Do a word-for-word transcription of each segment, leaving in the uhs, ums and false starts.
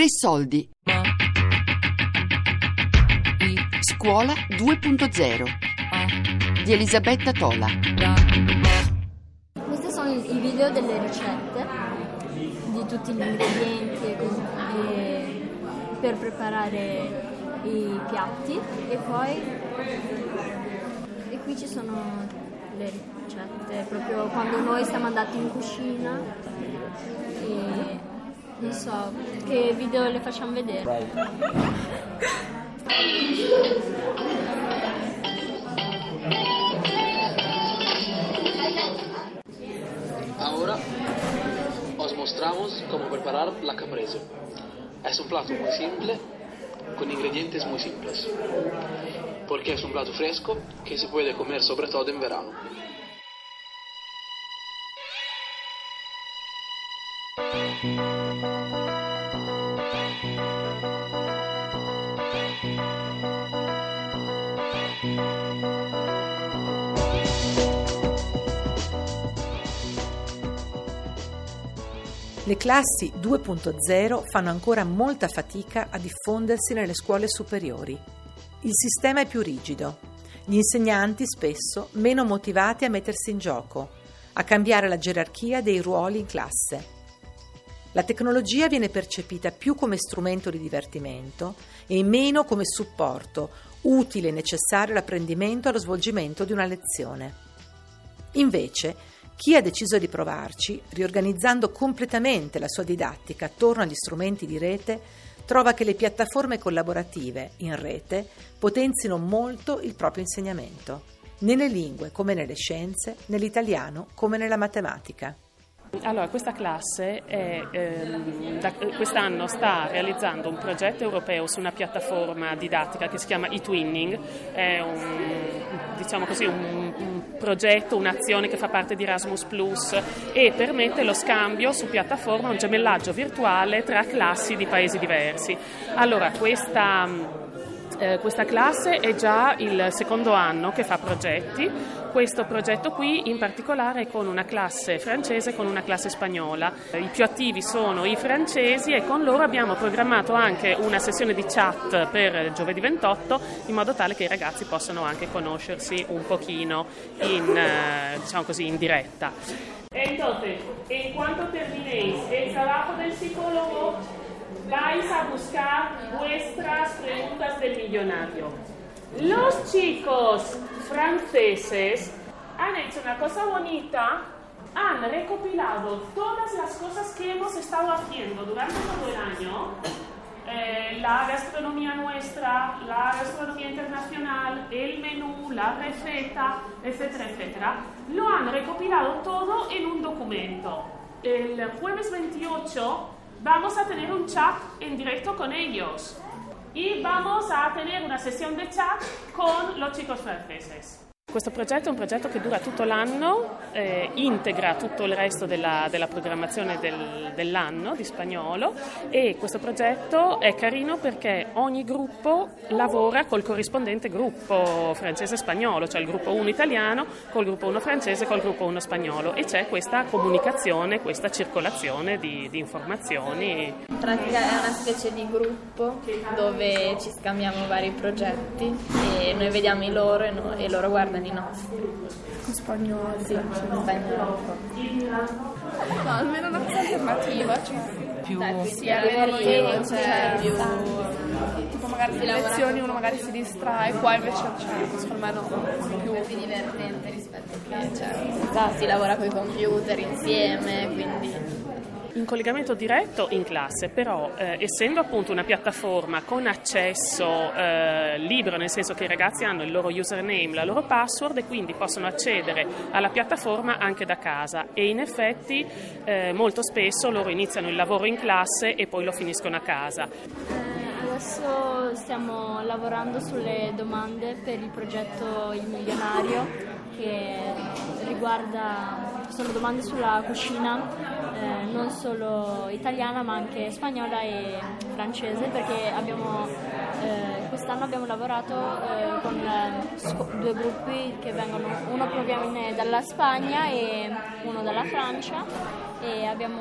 Tre soldi. Scuola due punto zero di Elisabetta Tola. Questi sono i video delle ricette di tutti gli ingredienti e così, e per preparare i piatti, e poi e qui ci sono le ricette proprio quando noi stiamo andati in cucina, e non so che video le facciamo vedere. Ahora os mostramos cómo preparar la caprese. Es un plato muy simple, con ingredientes muy simples, porque es un plato fresco que se puede comer sobre todo en verano. Le classi due punto zero fanno ancora molta fatica a diffondersi nelle scuole superiori. Il sistema è più rigido, gli insegnanti spesso meno motivati a mettersi in gioco, a cambiare la gerarchia dei ruoli in classe. La tecnologia viene percepita più come strumento di divertimento e meno come supporto utile e necessario all'apprendimento e allo svolgimento di una lezione. Invece, chi ha deciso di provarci, riorganizzando completamente la sua didattica attorno agli strumenti di rete, trova che le piattaforme collaborative in rete potenzino molto il proprio insegnamento, nelle lingue come nelle scienze, nell'italiano come nella matematica. Allora, questa classe è, ehm, da, quest'anno sta realizzando un progetto europeo su una piattaforma didattica che si chiama eTwinning. È un, diciamo così, un, un progetto, un'azione che fa parte di Erasmus Plus e permette lo scambio su piattaforma, un gemellaggio virtuale tra classi di paesi diversi. Allora, questa, eh, questa classe è già il secondo anno che fa progetti. Questo progetto qui in particolare è con una classe francese e con una classe spagnola. I più attivi sono i francesi e con loro abbiamo programmato anche una sessione di chat per giovedì ventotto, in modo tale che i ragazzi possano anche conoscersi un pochino in, eh, diciamo così, in diretta. Entonces, en cuanto terminéis el trabajo del psicólogo, vais a buscar vuestras preguntas del millonario. Los chicos franceses han hecho una cosa bonita, han recopilado todas las cosas que hemos estado haciendo durante todo el año, eh, la gastronomía nuestra, la gastronomía internacional, el menú, la receta, etcétera, etcétera. Lo han recopilado todo en un documento. El jueves veintiocho vamos a tener un chat en directo con ellos. Y vamos a tener una sessione di chat con los chicos franceses. Questo progetto è un progetto che dura tutto l'anno, eh, integra tutto il resto della, della programmazione del, dell'anno di spagnolo, e questo progetto è carino perché ogni gruppo lavora col corrispondente gruppo francese-spagnolo, cioè il gruppo uno italiano col gruppo uno francese col gruppo uno spagnolo, e c'è questa comunicazione, questa circolazione di, di informazioni. In pratica è una specie di gruppo dove ci scambiamo vari progetti e noi vediamo i loro e, no, e loro guardano i nostri. In spagnolo, sì, in spagnolo. No, almeno una cosa alternativa, cioè più dai, sì, divertente, cioè, più più tipo magari le lezioni uno magari si distrae, qua invece cioè, secondo me no, più, più divertente rispetto a che cioè, si lavora con i computer insieme, quindi in collegamento diretto in classe, però eh, essendo appunto una piattaforma con accesso eh, libero, nel senso che i ragazzi hanno il loro username, la loro password, e quindi possono accedere alla piattaforma anche da casa, e in effetti eh, molto spesso loro iniziano il lavoro in classe e poi lo finiscono a casa. Eh, adesso stiamo lavorando sulle domande per il progetto Il Milionario, che riguarda, sono domande sulla cucina, eh, non solo italiana ma anche spagnola e francese, perché abbiamo, eh, quest'anno abbiamo lavorato eh, con eh, due gruppi che vengono, uno proviene dalla Spagna e uno dalla Francia, e abbiamo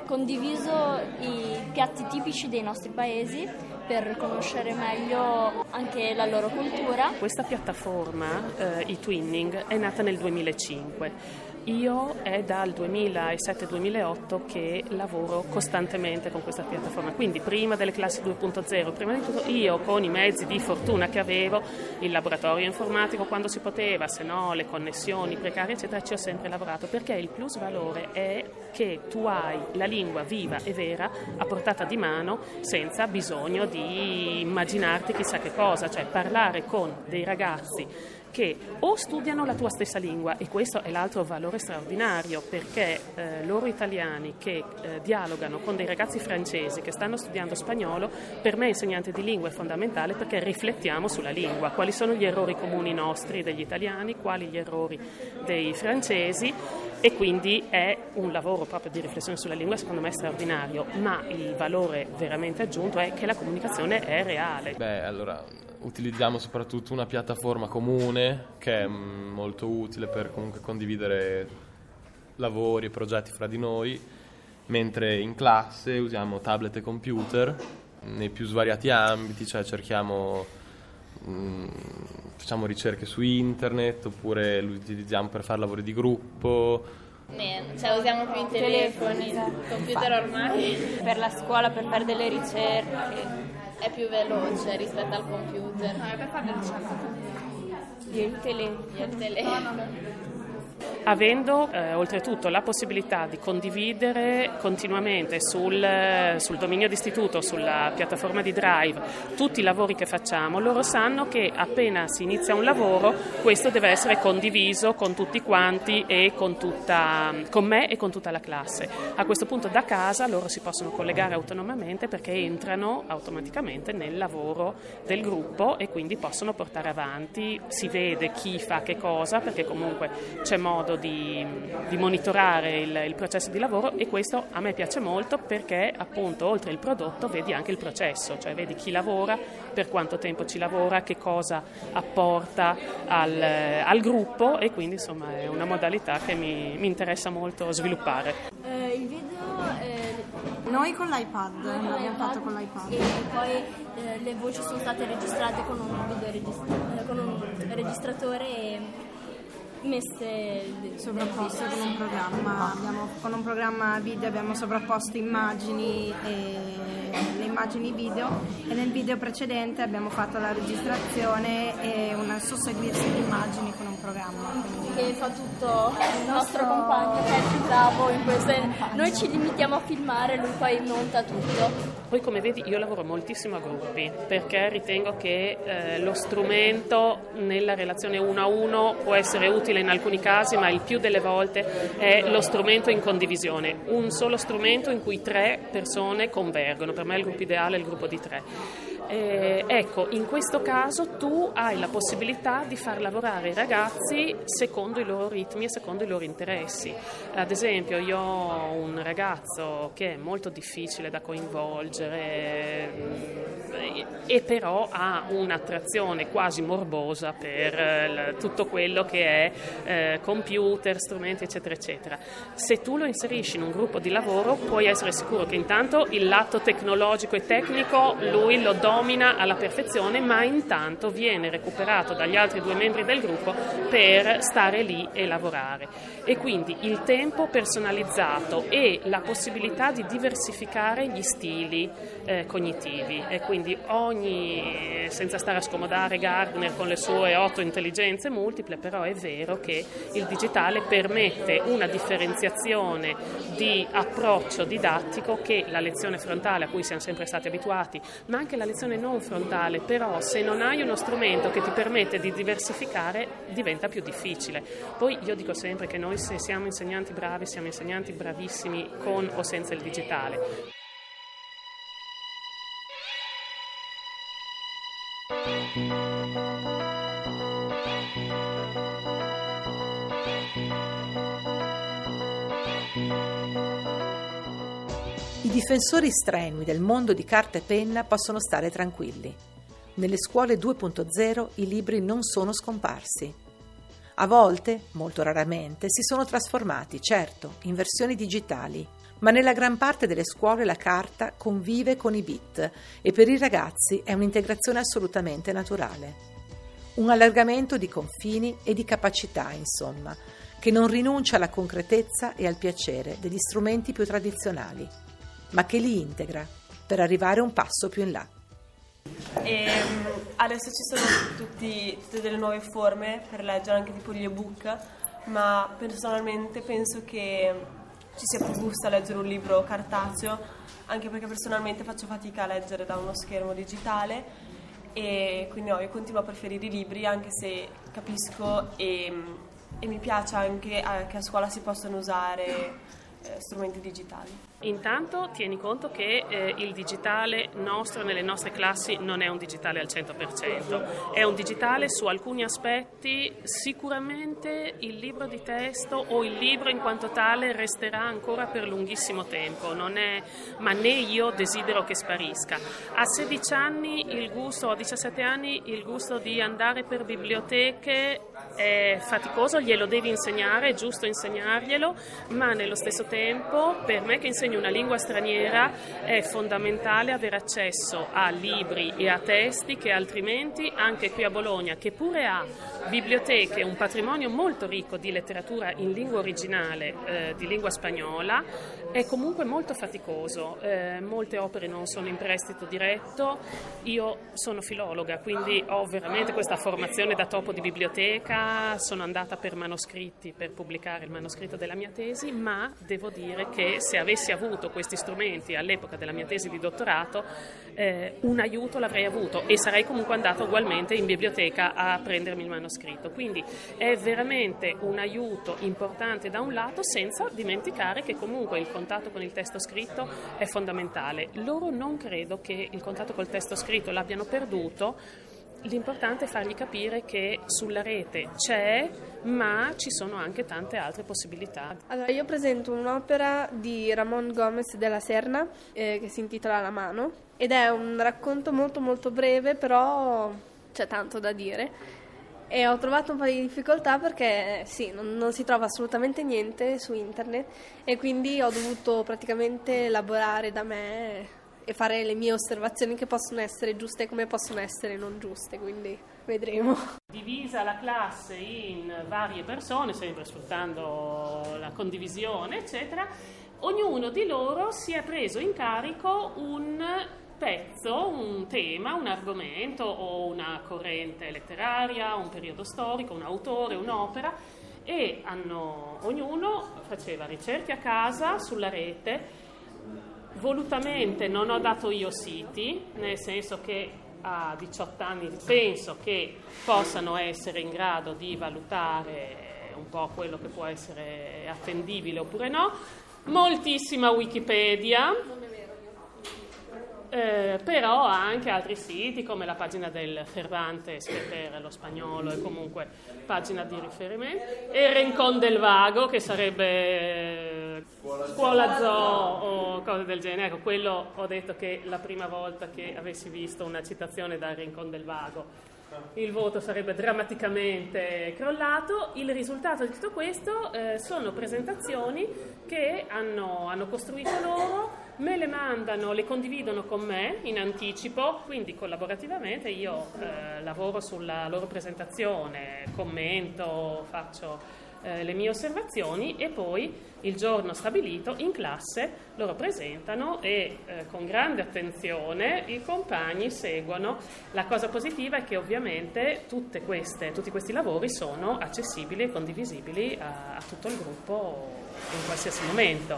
condiviso i piatti tipici dei nostri paesi per conoscere meglio anche la loro cultura. Questa piattaforma, eh, eTwinning, è nata nel duemilacinque. Io è dal duemilasette duemilaotto che lavoro costantemente con questa piattaforma, quindi prima delle classi due punto zero, prima di tutto io con i mezzi di fortuna che avevo, il laboratorio informatico quando si poteva, se no le connessioni precarie eccetera, ci ho sempre lavorato, perché il plus valore è che tu hai la lingua viva e vera a portata di mano senza bisogno di immaginarti chissà che cosa, cioè parlare con dei ragazzi che o studiano la tua stessa lingua, e questo è l'altro valore straordinario, perché eh, loro italiani che eh, dialogano con dei ragazzi francesi che stanno studiando spagnolo, per me insegnante di lingua è fondamentale perché riflettiamo sulla lingua, quali sono gli errori comuni nostri degli italiani, quali gli errori dei francesi, e quindi è un lavoro proprio di riflessione sulla lingua secondo me straordinario, ma il valore veramente aggiunto è che la comunicazione è reale. Beh, allora utilizziamo soprattutto una piattaforma comune che è molto utile per comunque condividere lavori e progetti fra di noi, mentre in classe usiamo tablet e computer nei più svariati ambiti, cioè cerchiamo, mh, facciamo ricerche su internet oppure lo utilizziamo per fare lavori di gruppo. Meno, cioè usiamo più i telefoni, il computer ormai per la scuola, per fare delle ricerche. È più veloce rispetto al computer. No, è per fare le ricerche. Il telefono. Il telefono. Avendo eh, oltretutto la possibilità di condividere continuamente sul, sul dominio d'istituto, sulla piattaforma di Drive, tutti i lavori che facciamo, loro sanno che appena si inizia un lavoro questo deve essere condiviso con tutti quanti e con, tutta, con me e con tutta la classe. A questo punto da casa loro si possono collegare autonomamente perché entrano automaticamente nel lavoro del gruppo e quindi possono portare avanti, si vede chi fa che cosa perché comunque c'è modo Di, di monitorare il, il processo di lavoro, e questo a me piace molto perché appunto oltre il prodotto vedi anche il processo, cioè vedi chi lavora, per quanto tempo ci lavora, che cosa apporta al, al gruppo, e quindi insomma è una modalità che mi, mi interessa molto sviluppare. Eh, il video eh, noi con l'iPad, l'abbiamo fatto con l'iPad e poi eh, le voci sono state registrate con un video registra- con un registratore e messe sovrapposte con un programma. Abbiamo, con un programma video abbiamo sovrapposto immagini e le immagini video, e nel video precedente abbiamo fatto la registrazione e un susseguirsi di immagini con un programma. Quindi... che fa tutto il nostro compagno che è il più bravo in questo. Noi ci limitiamo a filmare, lui poi monta tutto. Poi come vedi io lavoro moltissimo a gruppi perché ritengo che eh, lo strumento nella relazione uno a uno può essere utile in alcuni casi, ma il più delle volte è lo strumento in condivisione, un solo strumento in cui tre persone convergono. Per me il gruppo ideale è il gruppo di tre. Eh, ecco, in questo caso tu hai la possibilità di far lavorare i ragazzi secondo i loro ritmi e secondo i loro interessi. Ad esempio io ho un ragazzo che è molto difficile da coinvolgere eh, e però ha un'attrazione quasi morbosa per eh, tutto quello che è eh, computer, strumenti eccetera eccetera. Se tu lo inserisci in un gruppo di lavoro puoi essere sicuro che intanto il lato tecnologico e tecnico lui lo domina alla perfezione, ma intanto viene recuperato dagli altri due membri del gruppo per stare lì e lavorare, e quindi il tempo personalizzato e la possibilità di diversificare gli stili eh, cognitivi, e quindi ogni, senza stare a scomodare Gardner con le sue otto intelligenze multiple, però è vero che il digitale permette una differenziazione di approccio didattico che la lezione frontale a cui siamo sempre stati abituati, ma anche la lezione non frontale, però se non hai uno strumento che ti permette di diversificare diventa più difficile. Poi io dico sempre che noi, se siamo insegnanti bravi, siamo insegnanti bravissimi con o senza il digitale. I difensori strenui del mondo di carta e penna possono stare tranquilli. Nelle scuole due punto zero i libri non sono scomparsi. A volte, molto raramente, si sono trasformati, certo, in versioni digitali, ma nella gran parte delle scuole la carta convive con i bit e per i ragazzi è un'integrazione assolutamente naturale. Un allargamento di confini e di capacità, insomma, che non rinuncia alla concretezza e al piacere degli strumenti più tradizionali, ma che li integra per arrivare un passo più in là. E adesso ci sono tutti, tutte delle nuove forme per leggere, anche tipo gli ebook, ma personalmente penso che ci sia più gusto a leggere un libro cartaceo, anche perché personalmente faccio fatica a leggere da uno schermo digitale e quindi no, io continuo a preferire i libri, anche se capisco e, e mi piace anche che a scuola si possano usare eh, strumenti digitali. Intanto tieni conto che eh, il digitale nostro nelle nostre classi non è un digitale al cento per cento, è un digitale su alcuni aspetti. Sicuramente il libro di testo o il libro in quanto tale resterà ancora per lunghissimo tempo, non è, ma né io desidero che sparisca. A sedici anni il gusto, o a diciassette anni il gusto di andare per biblioteche è faticoso, glielo devi insegnare, è giusto insegnarglielo, ma nello stesso tempo per me che insegno una lingua straniera è fondamentale avere accesso a libri e a testi che altrimenti anche qui a Bologna, che pure ha biblioteche, un patrimonio molto ricco di letteratura in lingua originale, eh, di lingua spagnola, è comunque molto faticoso. Eh, molte opere non sono in prestito diretto, io sono filologa, quindi ho veramente questa formazione da topo di biblioteca, sono andata per manoscritti, per pubblicare il manoscritto della mia tesi, ma devo dire che se avessi avuto questi strumenti all'epoca della mia tesi di dottorato, eh, un aiuto l'avrei avuto e sarei comunque andata ugualmente in biblioteca a prendermi il manoscritto. Quindi è veramente un aiuto importante da un lato, senza dimenticare che comunque il contatto con il testo scritto è fondamentale. Loro non credo che il contatto col testo scritto l'abbiano perduto. L'importante è fargli capire che sulla rete c'è, ma ci sono anche tante altre possibilità. Allora, io presento un'opera di Ramón Gómez de la Serna eh, che si intitola La mano, ed è un racconto molto molto breve, però c'è tanto da dire. E ho trovato un po' di difficoltà perché sì, non, non si trova assolutamente niente su internet e quindi ho dovuto praticamente elaborare da me e fare le mie osservazioni, che possono essere giuste come possono essere non giuste, quindi vedremo. Divisa la classe in varie persone, sempre sfruttando la condivisione, eccetera, ognuno di loro si è preso in carico un pezzo, un tema, un argomento o una corrente letteraria, un periodo storico, un autore, un'opera, e hanno, ognuno faceva ricerche a casa sulla rete. Volutamente non ho dato io siti, nel senso che a diciotto anni penso che possano essere in grado di valutare un po' quello che può essere attendibile oppure no. Moltissima Wikipedia, eh, però anche altri siti come la pagina del Cervantes, che per lo spagnolo è comunque pagina di riferimento, e il Rincón del Vago, che sarebbe scuola zoo o cose del genere. Ecco, quello ho detto che la prima volta che avessi visto una citazione dal Rincón del Vago il voto sarebbe drammaticamente crollato. Il risultato di tutto questo eh, sono presentazioni che hanno, hanno costruito loro, me le mandano, le condividono con me in anticipo, quindi collaborativamente io eh, lavoro sulla loro presentazione, commento, faccio eh, le mie osservazioni e poi il giorno stabilito in classe loro presentano e eh, con grande attenzione i compagni seguono. La cosa positiva è che ovviamente tutte queste, tutti questi lavori sono accessibili e condivisibili a, a tutto il gruppo in qualsiasi momento.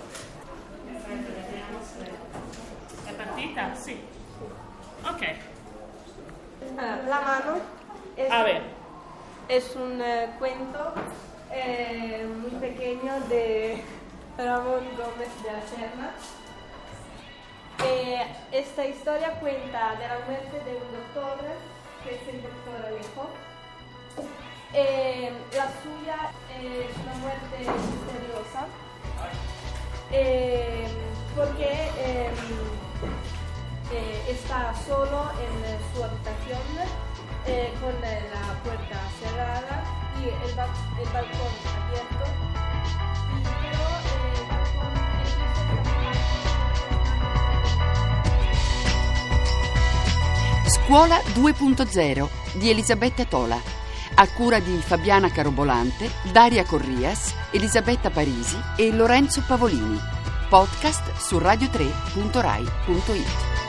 È partita? Sì. Ok. La mano es, A ver. es un eh, cuento eh, muy pequeño de Ramón Gómez de la Serna. Eh, esta historia cuenta de la muerte de un doctor, que es el doctor Alejo. Eh, la suya es una muerte misteriosa, eh, porque eh, eh, está solo en su habitación eh, con la puerta cerrada y el, ba- el balcón abierto, y pero eh, el balcón empieza a Scuola due punto zero di Elisabetta Tola, a cura di Fabiana Carobolante, Daria Corrias, Elisabetta Parisi e Lorenzo Pavolini. Podcast su radio tre punto rai punto it.